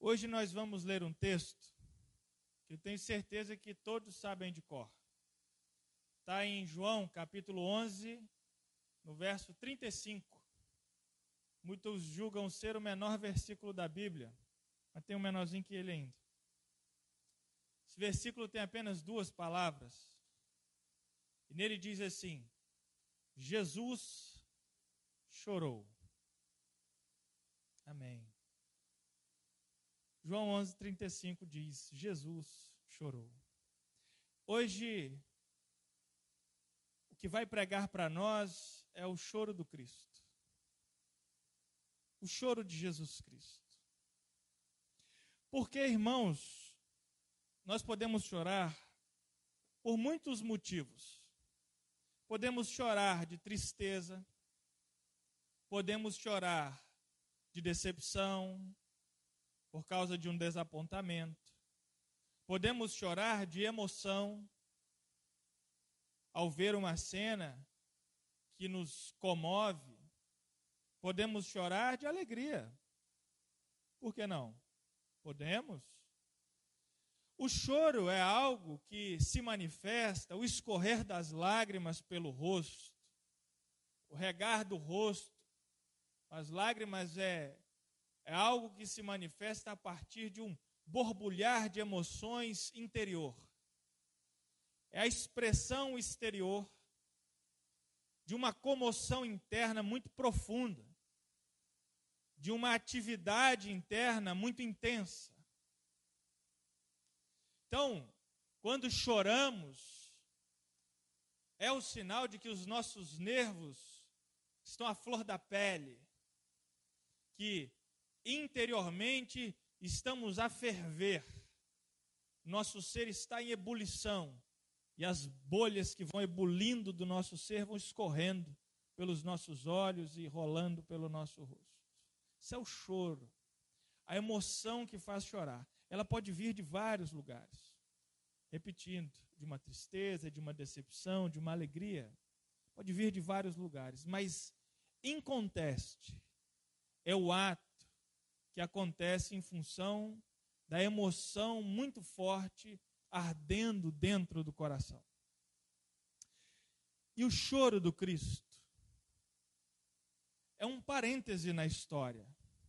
Hoje nós vamos ler um texto que eu tenho certeza que todos sabem de cor. Está em João, capítulo 11, no verso 35. Muitos julgam ser o menor versículo da Bíblia, mas tem um menorzinho que ele ainda. Esse versículo tem apenas 2 palavras. E nele diz assim: Jesus chorou. Amém. João 11:35 diz: Jesus chorou. Hoje, o que vai pregar para nós é o choro do Cristo. O choro de Jesus Cristo. Porque, irmãos, nós podemos chorar por muitos motivos. Podemos chorar de tristeza, podemos chorar de decepção, por causa de um desapontamento. Podemos chorar de emoção ao ver uma cena que nos comove. Podemos chorar de alegria. Por que não? Podemos. O choro é algo que se manifesta, o escorrer das lágrimas pelo rosto, o regar do rosto. As lágrimas é algo que se manifesta a partir de um borbulhar de emoções interior. É a expressão exterior de uma comoção interna muito profunda, de uma atividade interna muito intensa. Então, quando choramos, é o sinal de que os nossos nervos estão à flor da pele, que interiormente estamos a ferver, nosso ser está em ebulição, e as bolhas que vão ebulindo do nosso ser vão escorrendo pelos nossos olhos e rolando pelo nosso rosto. Isso é o choro, a emoção que faz chorar. Ela pode vir de vários lugares, repetindo, de uma tristeza, de uma decepção, de uma alegria, pode vir de vários lugares, mas em conteste, é o ato que acontece em função da emoção muito forte ardendo dentro do coração. E o choro do Cristo é um parêntese na história.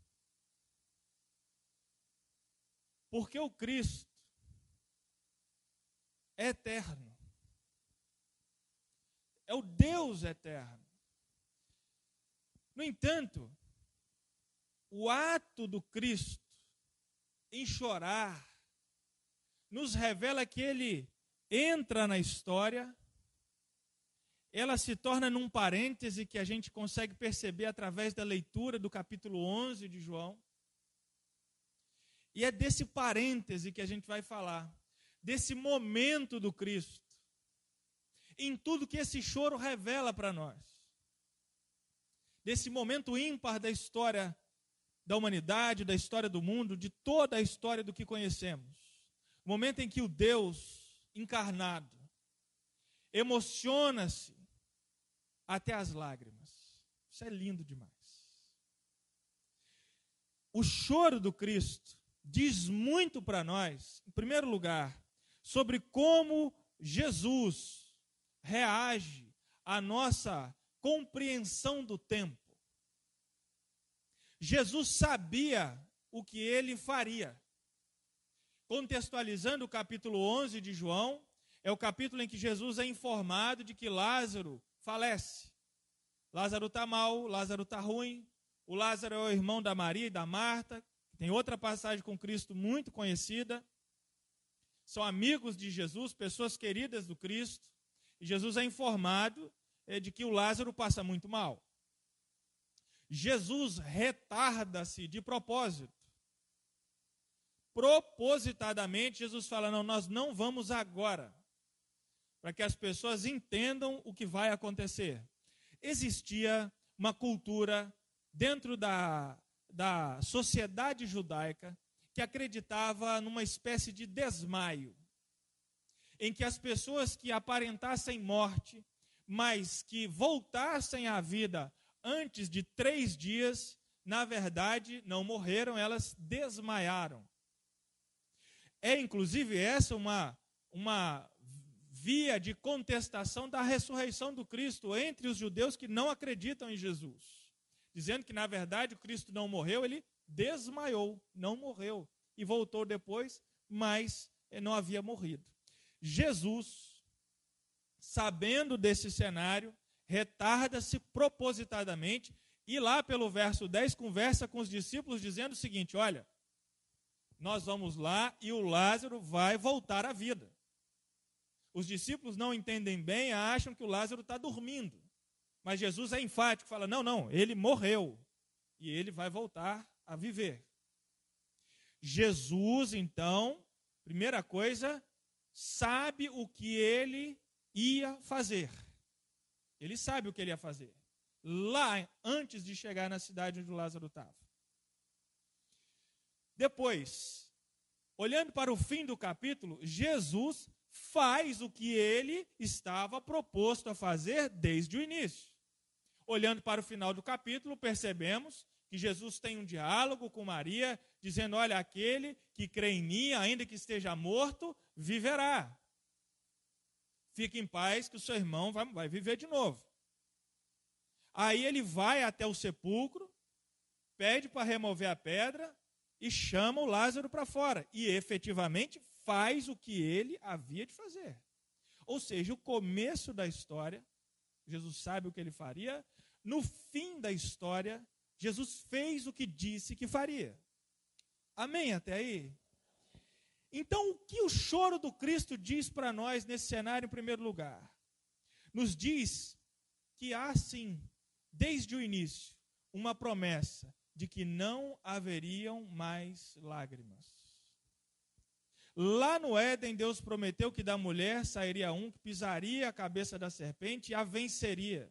Porque o Cristo é eterno. É o Deus eterno. No entanto, o ato do Cristo em chorar nos revela que ele entra na história, ela se torna num parêntese que a gente consegue perceber através da leitura do capítulo 11 de João. E é desse parêntese que a gente vai falar, desse momento do Cristo, em tudo que esse choro revela para nós. Desse momento ímpar da história da humanidade, da história do mundo, de toda a história do que conhecemos. O momento em que o Deus encarnado emociona-se até as lágrimas. Isso é lindo demais. O choro do Cristo diz muito para nós, em primeiro lugar, sobre como Jesus reage à nossa compreensão do tempo. Jesus sabia o que ele faria. Contextualizando o capítulo 11 de João, é o capítulo em que Jesus é informado de que Lázaro falece. Lázaro está mal, Lázaro está ruim. O Lázaro é o irmão da Maria e da Marta. Tem outra passagem com Cristo muito conhecida. São amigos de Jesus, pessoas queridas do Cristo. E Jesus é informado de que o Lázaro passa muito mal. Jesus retarda-se de propósito. Propositadamente, Jesus fala, não, nós não vamos agora, para que as pessoas entendam o que vai acontecer. Existia uma cultura dentro da sociedade judaica que acreditava numa espécie de desmaio, em que as pessoas que aparentassem morte, mas que voltassem à vida antes de 3 dias, na verdade, não morreram, elas desmaiaram. É, inclusive, essa uma via de contestação da ressurreição do Cristo entre os judeus que não acreditam em Jesus. Dizendo que, na verdade, o Cristo não morreu, ele desmaiou, não morreu. E voltou depois, mas não havia morrido. Jesus, sabendo desse cenário, retarda-se propositadamente e lá pelo verso 10 conversa com os discípulos dizendo o seguinte: olha, nós vamos lá e o Lázaro vai voltar à vida. Os discípulos não entendem bem, acham que o Lázaro está dormindo. Mas Jesus é enfático, fala, não, ele morreu e ele vai voltar a viver. Jesus, então, primeira coisa, sabe o que ele ia fazer. Ele sabe o que ele ia fazer. Lá, antes de chegar na cidade onde o Lázaro estava. Depois, olhando para o fim do capítulo, Jesus faz o que ele estava proposto a fazer desde o início. Olhando para o final do capítulo, percebemos que Jesus tem um diálogo com Maria, dizendo, olha, aquele que crê em mim, ainda que esteja morto, viverá. Fique em paz que o seu irmão vai viver de novo. Aí ele vai até o sepulcro, pede para remover a pedra e chama o Lázaro para fora. E efetivamente faz o que ele havia de fazer. Ou seja, o começo da história, Jesus sabe o que ele faria. No fim da história, Jesus fez o que disse que faria. Amém até aí? Então, o que o choro do Cristo diz para nós nesse cenário, em primeiro lugar? Nos diz que há, sim, desde o início, uma promessa de que não haveriam mais lágrimas. Lá no Éden, Deus prometeu que da mulher sairia um que pisaria a cabeça da serpente e a venceria.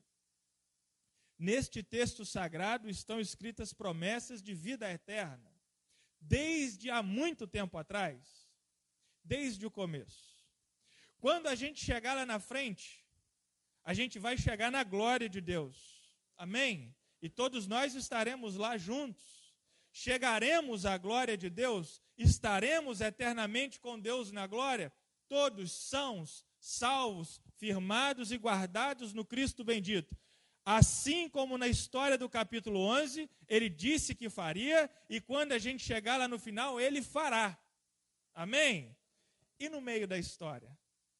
Neste texto sagrado estão escritas promessas de vida eterna, desde há muito tempo atrás. Desde o começo. Quando a gente chegar lá na frente, a gente vai chegar na glória de Deus. Amém? E todos nós estaremos lá juntos. Chegaremos à glória de Deus, estaremos eternamente com Deus na glória. Todos são salvos, firmados e guardados no Cristo bendito. Assim como na história do capítulo 11, ele disse que faria, e quando a gente chegar lá no final, ele fará. Amém? E no meio da história?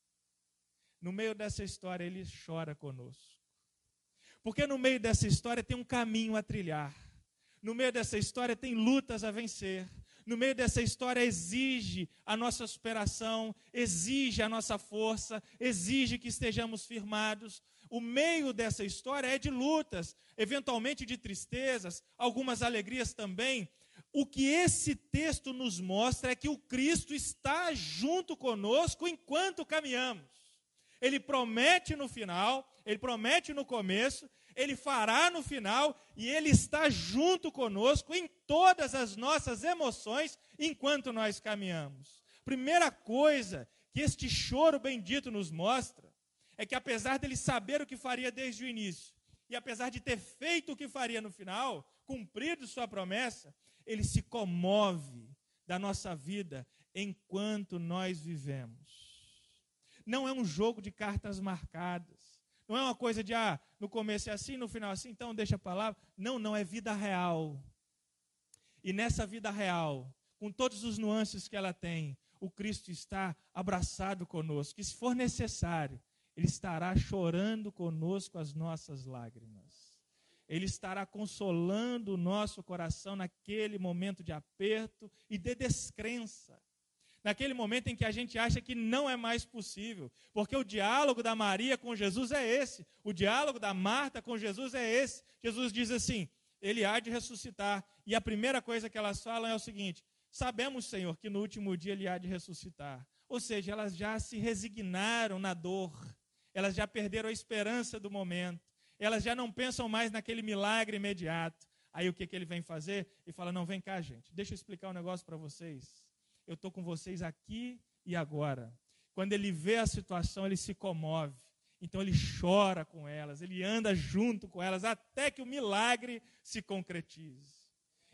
No meio dessa história, ele chora conosco. Porque no meio dessa história tem um caminho a trilhar. No meio dessa história tem lutas a vencer. No meio dessa história exige a nossa superação, exige a nossa força, exige que estejamos firmados. O meio dessa história é de lutas, eventualmente de tristezas, algumas alegrias também. O que esse texto nos mostra é que o Cristo está junto conosco enquanto caminhamos. Ele promete no final, ele promete no começo, ele fará no final e ele está junto conosco em todas as nossas emoções enquanto nós caminhamos. Primeira coisa que este choro bendito nos mostra é que apesar dele saber o que faria desde o início e apesar de ter feito o que faria no final, cumprido sua promessa, ele se comove da nossa vida enquanto nós vivemos. Não é um jogo de cartas marcadas. Não é uma coisa de, no começo é assim, no final é assim, então deixa a palavra. Não, é vida real. E nessa vida real, com todos os nuances que ela tem, o Cristo está abraçado conosco. E se for necessário, ele estará chorando conosco as nossas lágrimas. Ele estará consolando o nosso coração naquele momento de aperto e de descrença. Naquele momento em que a gente acha que não é mais possível. Porque o diálogo da Maria com Jesus é esse. O diálogo da Marta com Jesus é esse. Jesus diz assim, ele há de ressuscitar. E a primeira coisa que elas falam é o seguinte, sabemos, Senhor, que no último dia ele há de ressuscitar. Ou seja, elas já se resignaram na dor. Elas já perderam a esperança do momento. Elas já não pensam mais naquele milagre imediato. Aí o que ele vem fazer? Ele fala, não, vem cá, gente, deixa eu explicar um negócio para vocês. Eu estou com vocês aqui e agora. Quando ele vê a situação, ele se comove. Então ele chora com elas, ele anda junto com elas, até que o milagre se concretize.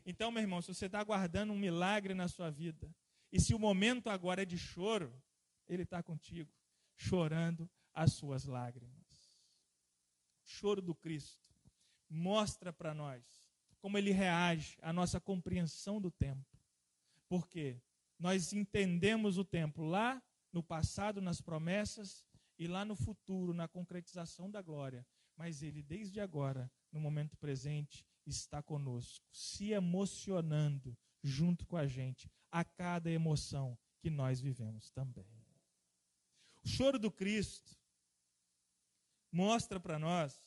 Então, meu irmão, se você está aguardando um milagre na sua vida, e se o momento agora é de choro, Ele está contigo, chorando as suas lágrimas. O choro do Cristo mostra para nós como Ele reage à nossa compreensão do tempo. Porque nós entendemos o tempo lá no passado, nas promessas, e lá no futuro, na concretização da glória. Mas Ele, desde agora, no momento presente, está conosco, se emocionando junto com a gente, a cada emoção que nós vivemos também. O choro do Cristo mostra para nós,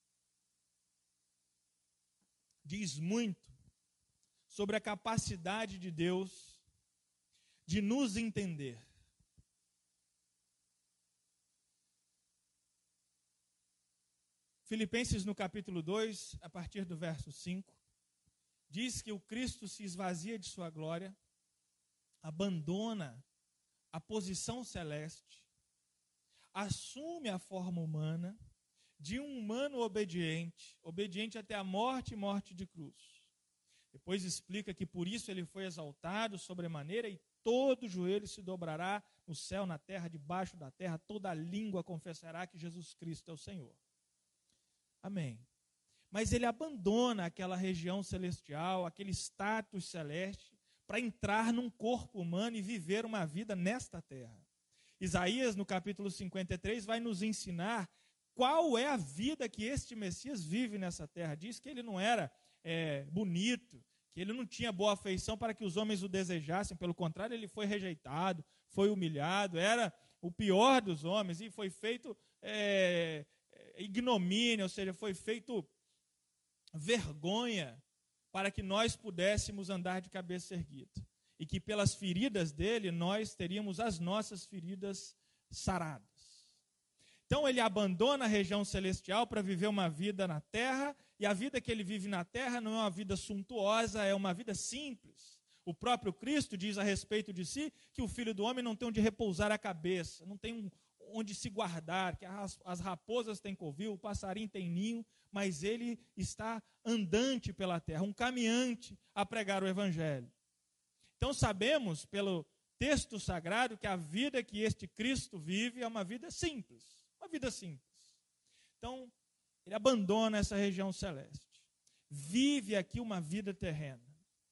diz muito sobre a capacidade de Deus de nos entender. Filipenses, no capítulo 2, a partir do verso 5, diz que o Cristo se esvazia de sua glória, abandona a posição celeste, assume a forma humana, de um humano obediente, obediente até a morte e morte de cruz. Depois explica que por isso ele foi exaltado sobremaneira e todo joelho se dobrará no céu, na terra, debaixo da terra, toda língua confessará que Jesus Cristo é o Senhor. Amém. Mas ele abandona aquela região celestial, aquele status celeste, para entrar num corpo humano e viver uma vida nesta terra. Isaías, no capítulo 53, vai nos ensinar qual é a vida que este Messias vive nessa terra. Diz que ele não era bonito, que ele não tinha boa afeição para que os homens o desejassem. Pelo contrário, ele foi rejeitado, foi humilhado, era o pior dos homens e foi feito ignomínia, ou seja, foi feito vergonha para que nós pudéssemos andar de cabeça erguida. E que pelas feridas dele, nós teríamos as nossas feridas saradas. Então ele abandona a região celestial para viver uma vida na terra, e a vida que ele vive na terra não é uma vida suntuosa, é uma vida simples. O próprio Cristo diz a respeito de si que o Filho do Homem não tem onde repousar a cabeça, não tem onde se guardar, que as raposas têm covil, o passarinho tem ninho, mas ele está andante pela terra, um caminhante a pregar o Evangelho. Então sabemos, pelo texto sagrado, que a vida que este Cristo vive é uma vida simples. Uma vida simples. Então, ele abandona essa região celeste. Vive aqui uma vida terrena.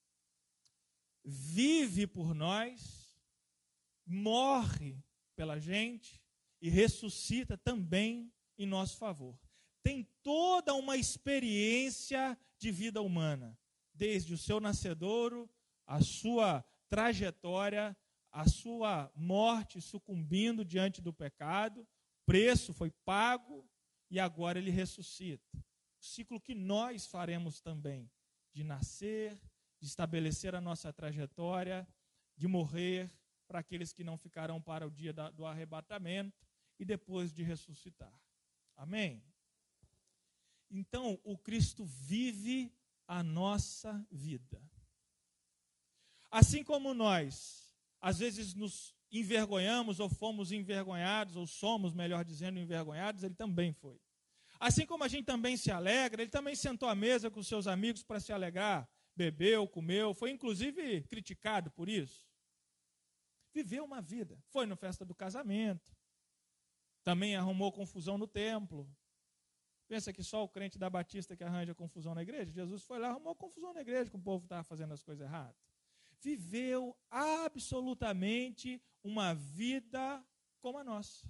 Vive por nós, morre pela gente e ressuscita também em nosso favor. Tem toda uma experiência de vida humana, desde o seu nascedouro, a sua trajetória, a sua morte sucumbindo diante do pecado, o preço foi pago e agora ele ressuscita. O ciclo que nós faremos também, de nascer, de estabelecer a nossa trajetória, de morrer para aqueles que não ficarão para o dia do arrebatamento e depois de ressuscitar. Amém? Então, o Cristo vive a nossa vida. Assim como nós, às vezes nos envergonhamos, ou fomos envergonhados, ou somos, melhor dizendo, envergonhados, ele também foi. Assim como a gente também se alegra, ele também sentou à mesa com seus amigos para se alegrar, bebeu, comeu, foi inclusive criticado por isso. Viveu uma vida, foi na festa do casamento, também arrumou confusão no templo. Pensa que só o crente da Batista que arranja confusão na igreja? Jesus foi lá, arrumou confusão na igreja, que o povo estava fazendo as coisas erradas. Viveu absolutamente uma vida como a nossa.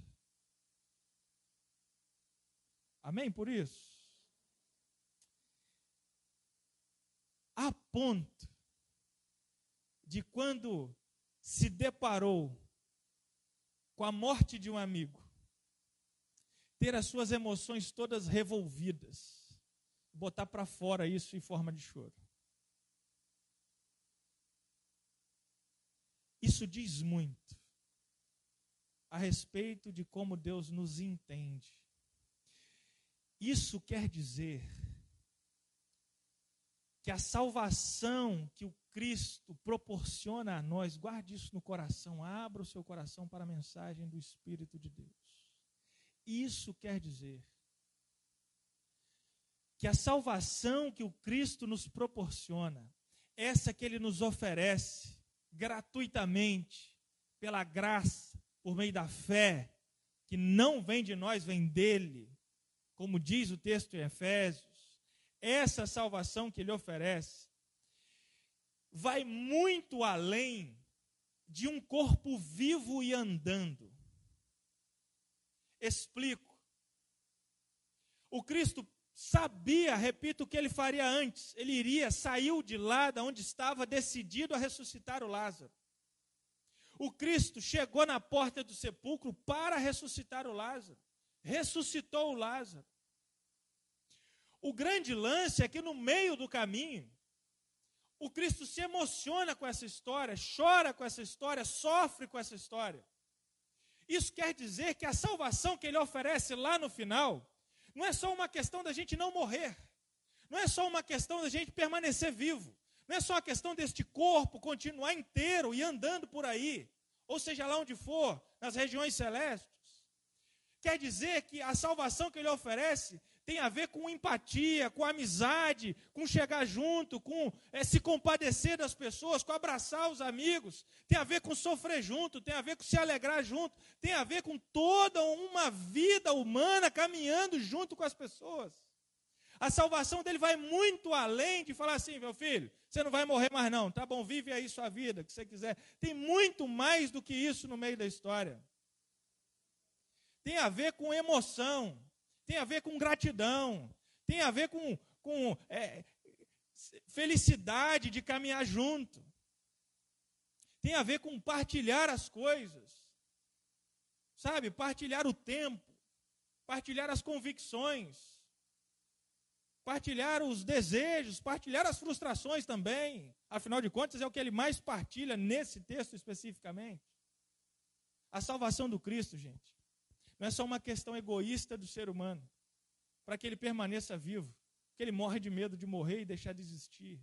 Amém por isso? A ponto de quando se deparou com a morte de um amigo, ter as suas emoções todas revolvidas, botar para fora isso em forma de choro. Isso diz muito a respeito de como Deus nos entende. Isso quer dizer que a salvação que o Cristo proporciona a nós, guarde isso no coração, abra o seu coração para a mensagem do Espírito de Deus. Isso quer dizer que a salvação que o Cristo nos proporciona essa que Ele nos oferece gratuitamente, pela graça, por meio da fé, que não vem de nós, vem dEle, como diz o texto em Efésios. Essa salvação que Ele oferece vai muito além de um corpo vivo e andando. Explico. O Cristo sabia, repito, o que Ele faria antes. Ele saiu de lá de onde estava, decidido a ressuscitar o Lázaro. O Cristo chegou na porta do sepulcro para ressuscitar o Lázaro. Ressuscitou o Lázaro. O grande lance é que no meio do caminho, o Cristo se emociona com essa história, chora com essa história, sofre com essa história. Isso quer dizer que a salvação que Ele oferece lá no final, não é só uma questão da gente não morrer, não é só uma questão da gente permanecer vivo, não é só uma questão deste corpo continuar inteiro e andando por aí, ou seja lá onde for, nas regiões celestes. Quer dizer que a salvação que Ele oferece tem a ver com empatia, com amizade, com chegar junto, com se compadecer das pessoas, com abraçar os amigos, tem a ver com sofrer junto, tem a ver com se alegrar junto, tem a ver com toda uma vida humana caminhando junto com as pessoas. A salvação dele vai muito além de falar assim: meu filho, você não vai morrer mais não, tá bom, vive aí sua vida, o que você quiser. Tem muito mais do que isso no meio da história. Tem a ver com emoção, tem a ver com gratidão, tem a ver com felicidade de caminhar junto, tem a ver com partilhar as coisas, sabe? Partilhar o tempo, partilhar as convicções, partilhar os desejos, partilhar as frustrações também. Afinal de contas, é o que ele mais partilha nesse texto especificamente. A salvação do Cristo, gente, não é só uma questão egoísta do ser humano, para que ele permaneça vivo, que ele morre de medo de morrer e deixar de existir.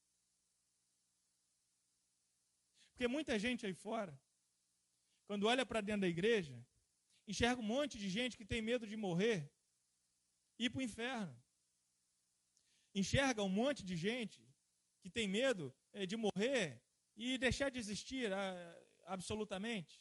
Porque muita gente aí fora, quando olha para dentro da igreja, enxerga um monte de gente que tem medo de morrer e ir para o inferno. Enxerga um monte de gente que tem medo de morrer e deixar de existir absolutamente.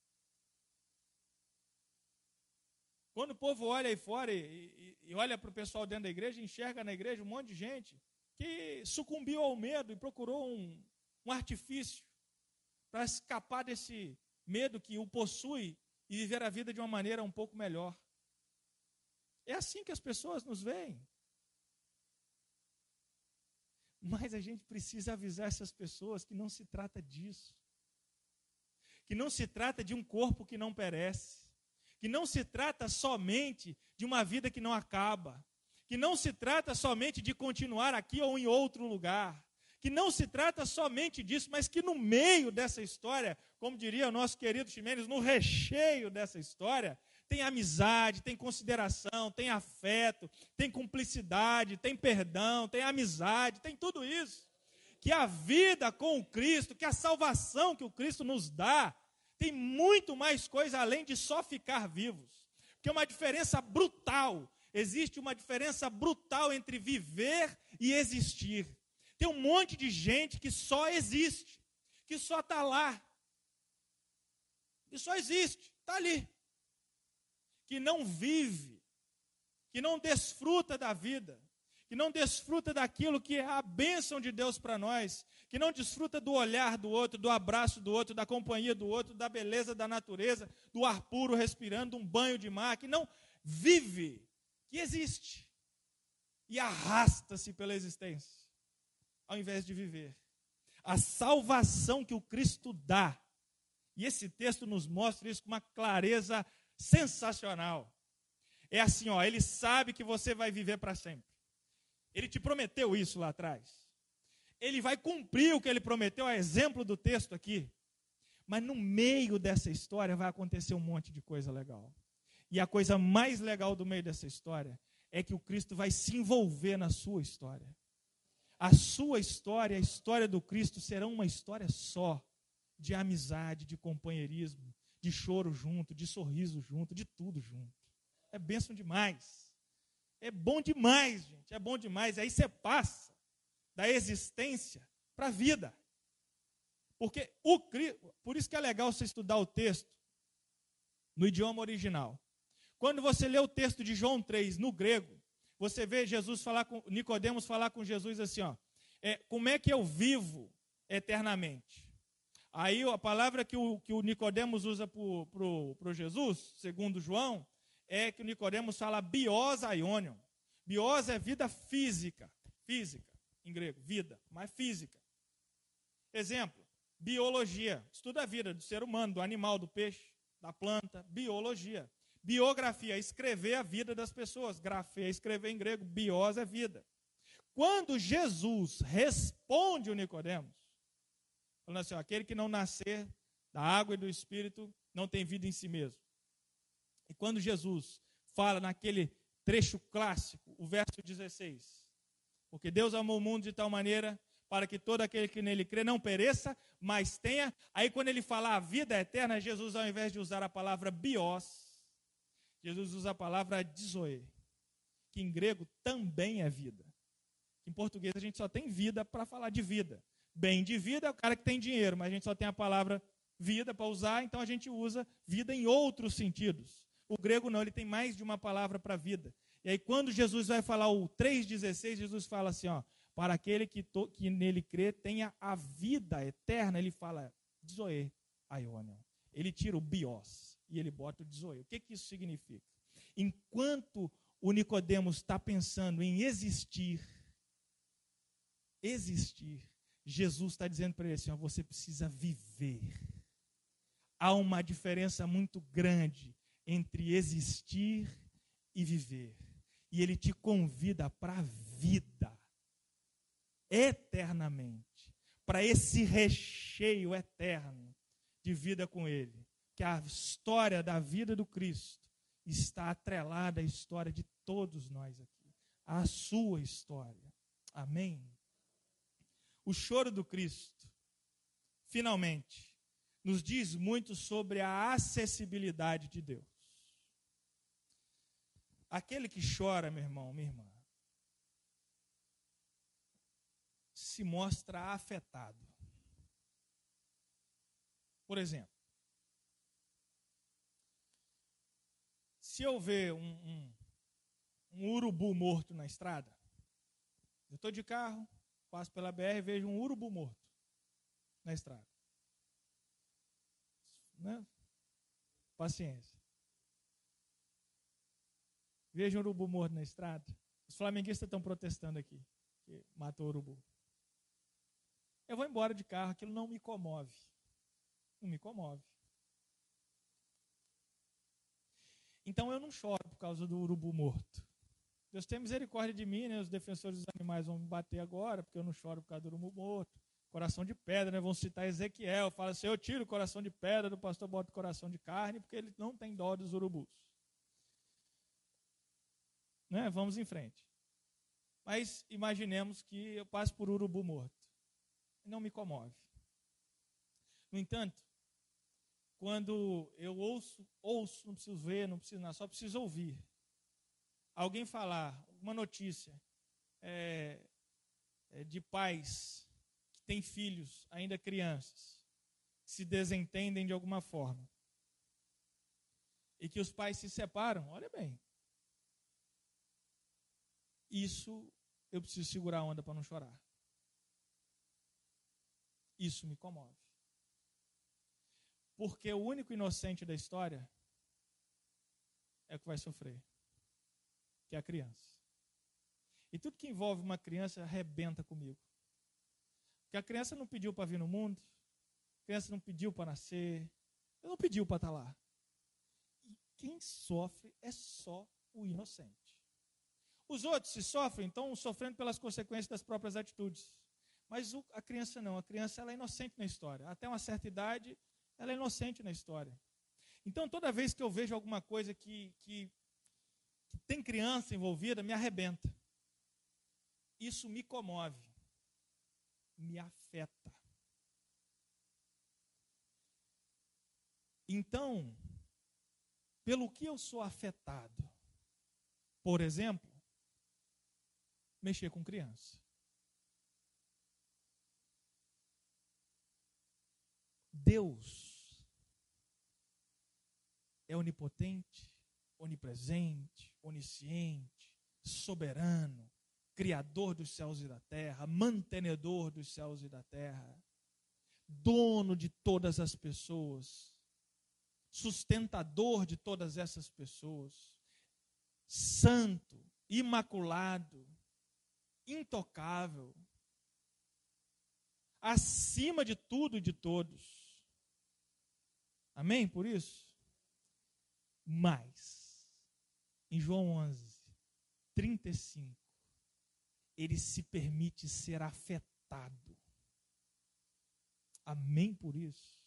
Quando o povo olha aí fora e olha para o pessoal dentro da igreja, enxerga na igreja um monte de gente que sucumbiu ao medo e procurou um artifício para escapar desse medo que o possui e viver a vida de uma maneira um pouco melhor. É assim que as pessoas nos veem. Mas a gente precisa avisar essas pessoas que não se trata disso. Que não se trata de um corpo que não perece. Que não se trata somente de uma vida que não acaba, que não se trata somente de continuar aqui ou em outro lugar, que não se trata somente disso, mas que no meio dessa história, como diria o nosso querido Ximenes, no recheio dessa história, tem amizade, tem consideração, tem afeto, tem cumplicidade, tem perdão, tem amizade, tem tudo isso. Que a vida com o Cristo, que a salvação que o Cristo nos dá, tem muito mais coisa além de só ficar vivos. Porque uma diferença brutal, existe uma diferença brutal entre viver e existir. Tem um monte de gente que só existe, que só está lá, que só existe, está ali. Que não vive, que não desfruta da vida, que não desfruta daquilo que é a bênção de Deus para nós, que não desfruta do olhar do outro, do abraço do outro, da companhia do outro, da beleza da natureza, do ar puro respirando, um banho de mar, que não vive, que existe e arrasta-se pela existência, ao invés de viver. A salvação que o Cristo dá, e esse texto nos mostra isso com uma clareza sensacional. É assim, ele sabe que você vai viver para sempre. Ele te prometeu isso lá atrás. Ele vai cumprir o que ele prometeu, a exemplo do texto aqui. Mas no meio dessa história vai acontecer um monte de coisa legal. E a coisa mais legal do meio dessa história é que o Cristo vai se envolver na sua história. A sua história, a história do Cristo será uma história só, de amizade, de companheirismo, de choro junto, de sorriso junto, de tudo junto. É bênção demais. É bom demais, gente, é bom demais. Aí você passa da existência para a vida. Porque por isso que é legal você estudar o texto no idioma original. Quando você lê o texto de João 3 no grego, você vê Nicodemos falar com Jesus assim, ó, como é que eu vivo eternamente? Aí a palavra que o Nicodemos usa para Jesus, segundo João, é que o Nicodemos fala bios aionion. Bios é vida física, em grego, vida, mas física. Exemplo, biologia, estuda a vida do ser humano, do animal, do peixe, da planta, biologia. Biografia, escrever a vida das pessoas, grafia, escrever em grego, bios é vida. Quando Jesus responde o Nicodemos, falando assim, ó, aquele que não nascer da água e do Espírito não tem vida em si mesmo. E quando Jesus fala naquele trecho clássico, o verso 16, porque Deus amou o mundo de tal maneira para que todo aquele que nele crê não pereça, mas tenha. Aí quando ele fala a vida eterna, Jesus, ao invés de usar a palavra bios, Jesus usa a palavra dizoe, que em grego também é vida. Em português a gente só tem vida para falar de vida. Bem de vida é o cara que tem dinheiro, mas a gente só tem a palavra vida para usar, então a gente usa vida em outros sentidos. O grego não, ele tem mais de uma palavra para vida. E aí quando Jesus vai falar o 3,16, Jesus fala assim, ó, para aquele que nele crê tenha a vida eterna, ele fala dizoe, aionion. Ele tira o bios e ele bota o dizoe. O que isso significa? Enquanto o Nicodemos está pensando em existir, Jesus está dizendo para ele assim, ó, você precisa viver. Há uma diferença muito grande entre existir e viver. E ele te convida para a vida, eternamente, para esse recheio eterno de vida com ele. Que a história da vida do Cristo está atrelada à história de todos nós aqui, à sua história. Amém? O choro do Cristo, finalmente, nos diz muito sobre a acessibilidade de Deus. Aquele que chora, meu irmão, minha irmã, se mostra afetado. Por exemplo, se eu ver um urubu morto na estrada, eu estou de carro, passo pela BR e vejo um urubu morto na estrada. Né? Paciência. Vejo um urubu morto na estrada. Os flamenguistas estão protestando aqui, que matou o urubu. Eu vou embora de carro, aquilo não me comove. Não me comove. Então eu não choro por causa do urubu morto. Deus tem misericórdia de mim, né? Os defensores dos animais vão me bater agora, porque eu não choro por causa do urubu morto. Coração de pedra, né? Vão citar Ezequiel, fala assim, eu tiro o coração de pedra do pastor, boto o coração de carne, porque ele não tem dó dos urubus. Né? Vamos em frente. Mas imaginemos que eu passo por urubu morto. Não me comove. No entanto, quando eu ouço, não preciso ver, não preciso nada, só preciso ouvir. Alguém falar uma notícia de pais que têm filhos, ainda crianças, que se desentendem de alguma forma, e que os pais se separam, olha bem, isso eu preciso segurar a onda para não chorar. Isso me comove. Porque o único inocente da história é o que vai sofrer, que é a criança. E tudo que envolve uma criança arrebenta comigo. Porque a criança não pediu para vir no mundo, a criança não pediu para nascer, não pediu para estar lá. E quem sofre é só o inocente. Os outros, se sofrem, estão sofrendo pelas consequências das próprias atitudes. Mas a criança não, a criança ela é inocente na história. Até uma certa idade, ela é inocente na história. Então, toda vez que eu vejo alguma coisa que tem criança envolvida, me arrebenta. Isso me comove, me afeta. Então, pelo que eu sou afetado? Por exemplo, mexer com criança. Deus é onipotente, onipresente, onisciente, soberano, criador dos céus e da terra, mantenedor dos céus e da terra, dono de todas as pessoas, sustentador de todas essas pessoas, santo, imaculado, intocável, acima de tudo e de todos. Amém? Por isso? Mas, em João 11:35, ele se permite ser afetado. Amém por isso?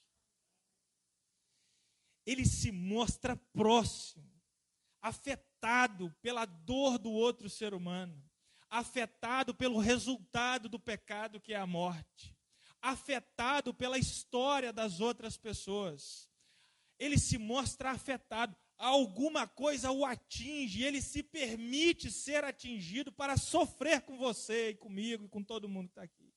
Ele se mostra próximo, afetado pela dor do outro ser humano, afetado pelo resultado do pecado que é a morte, afetado pela história das outras pessoas. Ele se mostra afetado, alguma coisa o atinge, ele se permite ser atingido para sofrer com você e comigo e com todo mundo que está aqui.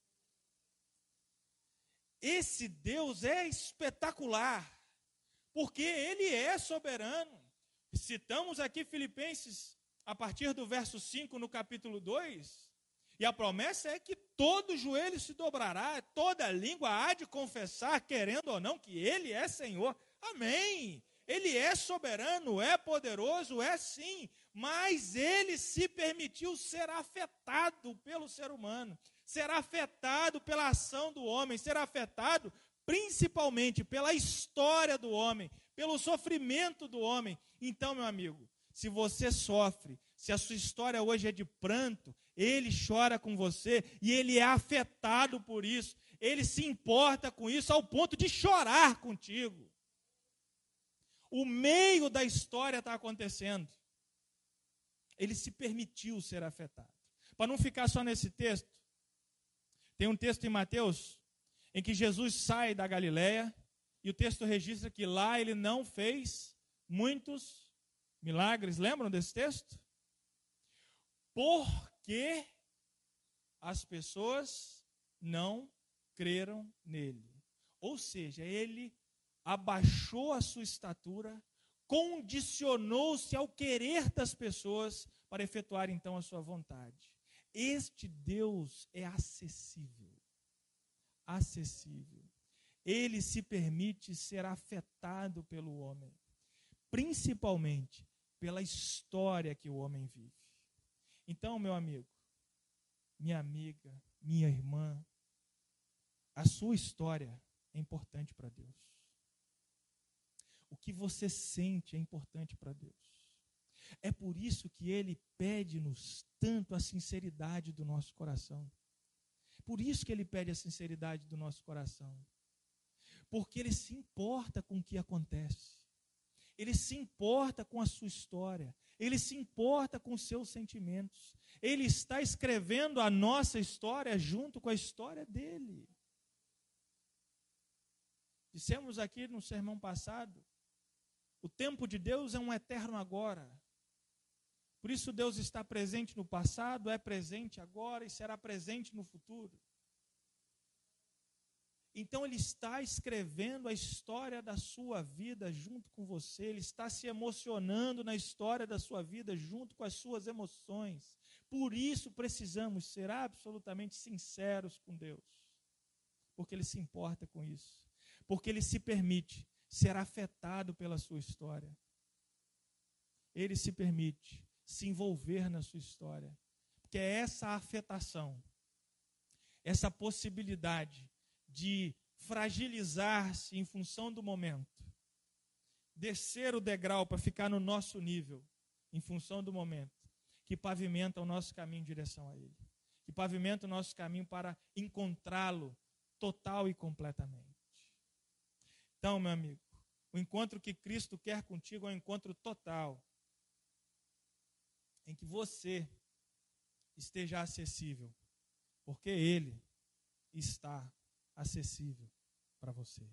Esse Deus é espetacular, porque Ele é soberano. Citamos aqui Filipenses, a partir do verso 5, no capítulo 2, e a promessa é que todo joelho se dobrará, toda língua há de confessar, querendo ou não, que Ele é Senhor. Amém! Ele é soberano, é poderoso, é sim, mas Ele se permitiu ser afetado pelo ser humano, ser afetado pela ação do homem, ser afetado principalmente pela história do homem, pelo sofrimento do homem. Então, meu amigo, se você sofre, se a sua história hoje é de pranto, Ele chora com você e Ele é afetado por isso. Ele se importa com isso ao ponto de chorar contigo. O meio da história está acontecendo. Ele se permitiu ser afetado. Para não ficar só nesse texto, tem um texto em Mateus em que Jesus sai da Galileia e o texto registra que lá ele não fez muitos milagres. Lembram desse texto? Porque as pessoas não creram nele. Ou seja, ele abaixou a sua estatura, condicionou-se ao querer das pessoas para efetuar então a sua vontade. Este Deus é acessível. Acessível. Ele se permite ser afetado pelo homem, principalmente pela história que o homem vive. Então, meu amigo, minha amiga, minha irmã, a sua história é importante para Deus. O que você sente é importante para Deus. É por isso que Ele pede-nos tanto a sinceridade do nosso coração. Por isso que Ele pede a sinceridade do nosso coração. Porque Ele se importa com o que acontece. Ele se importa com a sua história. Ele se importa com os seus sentimentos. Ele está escrevendo a nossa história junto com a história dele. Dissemos aqui no sermão passado, o tempo de Deus é um eterno agora. Por isso Deus está presente no passado, é presente agora e será presente no futuro. Então Ele está escrevendo a história da sua vida junto com você. Ele está se emocionando na história da sua vida junto com as suas emoções. Por isso precisamos ser absolutamente sinceros com Deus. Porque Ele se importa com isso. Porque Ele se permite ser afetado pela sua história. Ele se permite se envolver na sua história. Porque é essa afetação, essa possibilidade de fragilizar-se em função do momento, descer o degrau para ficar no nosso nível, em função do momento, que pavimenta o nosso caminho em direção a Ele, que pavimenta o nosso caminho para encontrá-lo total e completamente. Então, meu amigo, o encontro que Cristo quer contigo é um encontro total, em que você esteja acessível, porque Ele está acessível para você.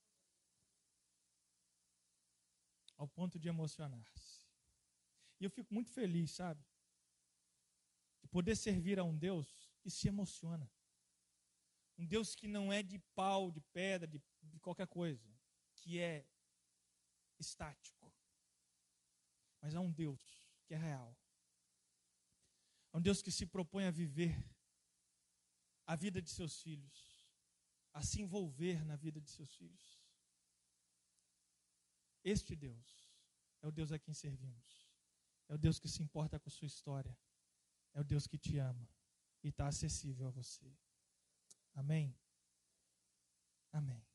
Ao ponto de emocionar-se. E eu fico muito feliz, sabe? De poder servir a um Deus que se emociona. Um Deus que não é de pau, de pedra, de qualquer coisa, que é estático. Mas há um Deus que é real. Há um Deus que se propõe a viver a vida de seus filhos, a se envolver na vida de seus filhos. Este Deus é o Deus a quem servimos. É o Deus que se importa com a sua história. É o Deus que te ama e está acessível a você. Amém? Amém.